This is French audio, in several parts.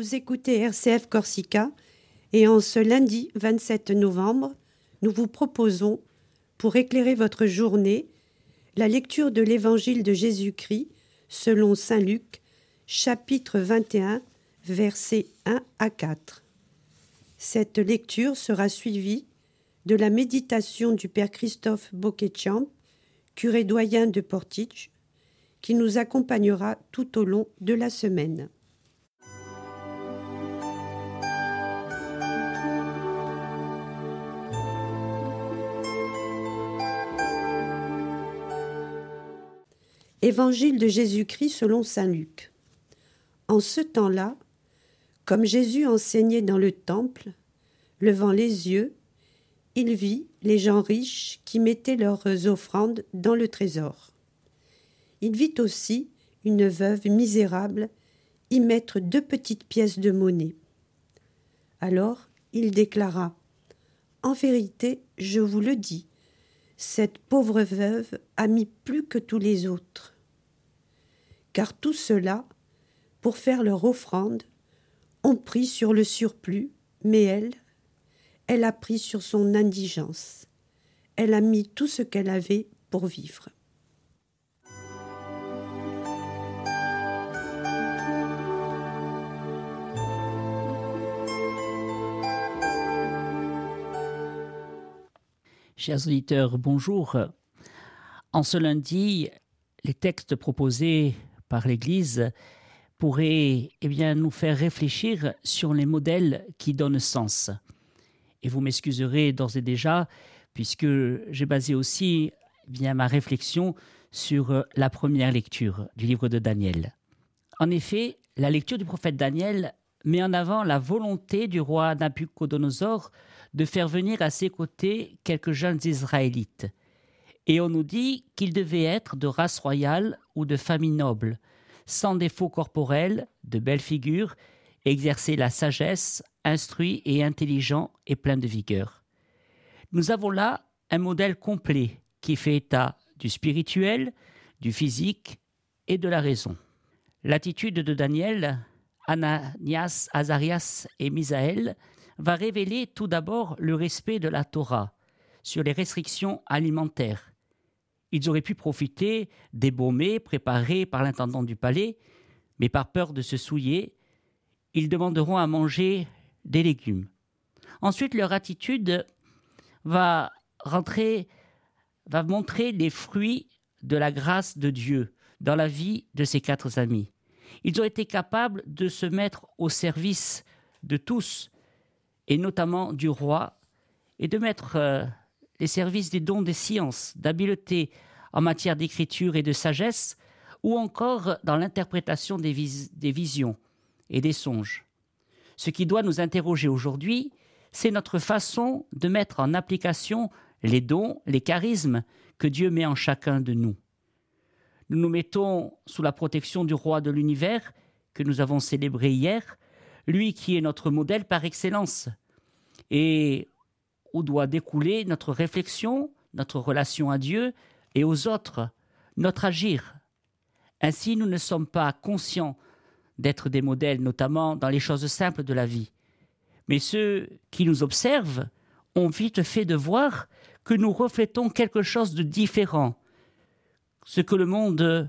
Vous écoutez RCF Corsica et en ce lundi 27 novembre, nous vous proposons, pour éclairer votre journée, la lecture de l'Évangile de Jésus-Christ selon saint Luc, chapitre 21, versets 1 à 4. Cette lecture sera suivie de la méditation du Père Christophe Boquet-Champ, curé doyen de Portich, qui nous accompagnera tout au long de la semaine. Évangile de Jésus-Christ selon saint Luc. En ce temps-là, comme Jésus enseignait dans le temple, levant les yeux, il vit les gens riches qui mettaient leurs offrandes dans le trésor. Il vit aussi une veuve misérable y mettre 2 petites pièces de monnaie. Alors il déclara : « En vérité, je vous le dis, cette pauvre veuve a mis plus que tous les autres. Car tous ceux-là, pour faire leur offrande, ont pris sur le surplus, mais elle a pris sur son indigence. Elle a mis tout ce qu'elle avait pour vivre. » Chers auditeurs, bonjour. En ce lundi, les textes proposés par l'Église pourraient nous faire réfléchir sur les modèles qui donnent sens. Et vous m'excuserez d'ores et déjà, puisque j'ai basé aussi ma réflexion sur la première lecture du livre de Daniel. En effet, la lecture du prophète Daniel met en avant la volonté du roi Nabuchodonosor de faire venir à ses côtés quelques jeunes Israélites. Et on nous dit qu'ils devaient être de race royale ou de famille noble, sans défaut corporel, de belles figures, exercer la sagesse, instruits et intelligents et pleins de vigueur. Nous avons là un modèle complet qui fait état du spirituel, du physique et de la raison. L'attitude de Daniel, Ananias, Azarias et Misaël va révéler tout d'abord le respect de la Torah sur les restrictions alimentaires. Ils auraient pu profiter des beaux mets préparés par l'intendant du palais, mais par peur de se souiller, ils demanderont à manger des légumes. Ensuite, leur attitude va montrer les fruits de la grâce de Dieu dans la vie de ces 4 amis. Ils ont été capables de se mettre au service de tous, et notamment du roi, et de mettre les services des dons des sciences, d'habileté en matière d'écriture et de sagesse, ou encore dans l'interprétation des visions et des songes. Ce qui doit nous interroger aujourd'hui, c'est notre façon de mettre en application les dons, les charismes que Dieu met en chacun de nous. Nous nous mettons sous la protection du roi de l'univers, que nous avons célébré hier, lui qui est notre modèle par excellence, et où doit découler notre réflexion, notre relation à Dieu et aux autres, notre agir. Ainsi, nous ne sommes pas conscients d'être des modèles, notamment dans les choses simples de la vie. Mais ceux qui nous observent ont vite fait de voir que nous reflétons quelque chose de différent, ce que le monde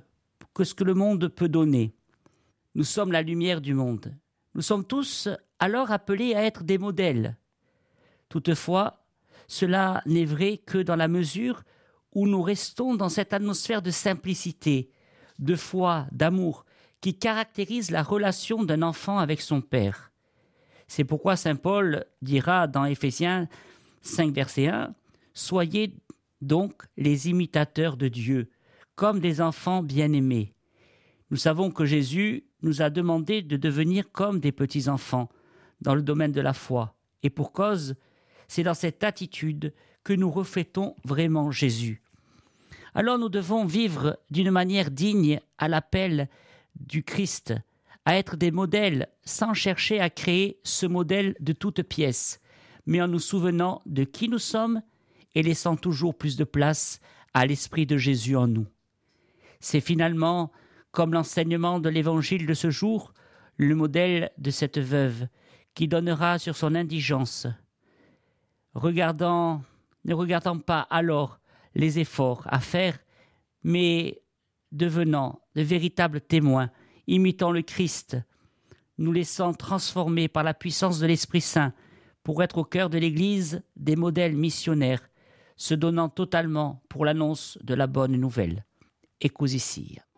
peut donner. Nous sommes la lumière du monde. Nous sommes tous alors appelés à être des modèles. Toutefois, cela n'est vrai que dans la mesure où nous restons dans cette atmosphère de simplicité, de foi, d'amour, qui caractérise la relation d'un enfant avec son père. C'est pourquoi saint Paul dira dans Éphésiens 5, verset 1, « Soyez donc les imitateurs de Dieu, comme des enfants bien-aimés. » Nous savons que Jésus nous a demandé de devenir comme des petits-enfants dans le domaine de la foi. Et pour cause, c'est dans cette attitude que nous reflétons vraiment Jésus. Alors nous devons vivre d'une manière digne à l'appel du Christ, à être des modèles sans chercher à créer ce modèle de toutes pièces, mais en nous souvenant de qui nous sommes et laissant toujours plus de place à l'Esprit de Jésus en nous. C'est finalement, comme l'enseignement de l'Évangile de ce jour, le modèle de cette veuve qui donnera sur son indigence, ne regardant pas alors les efforts à faire, mais devenant de véritables témoins, imitant le Christ, nous laissant transformer par la puissance de l'Esprit Saint pour être au cœur de l'Église des modèles missionnaires, se donnant totalement pour l'annonce de la bonne nouvelle. Eccosi sia.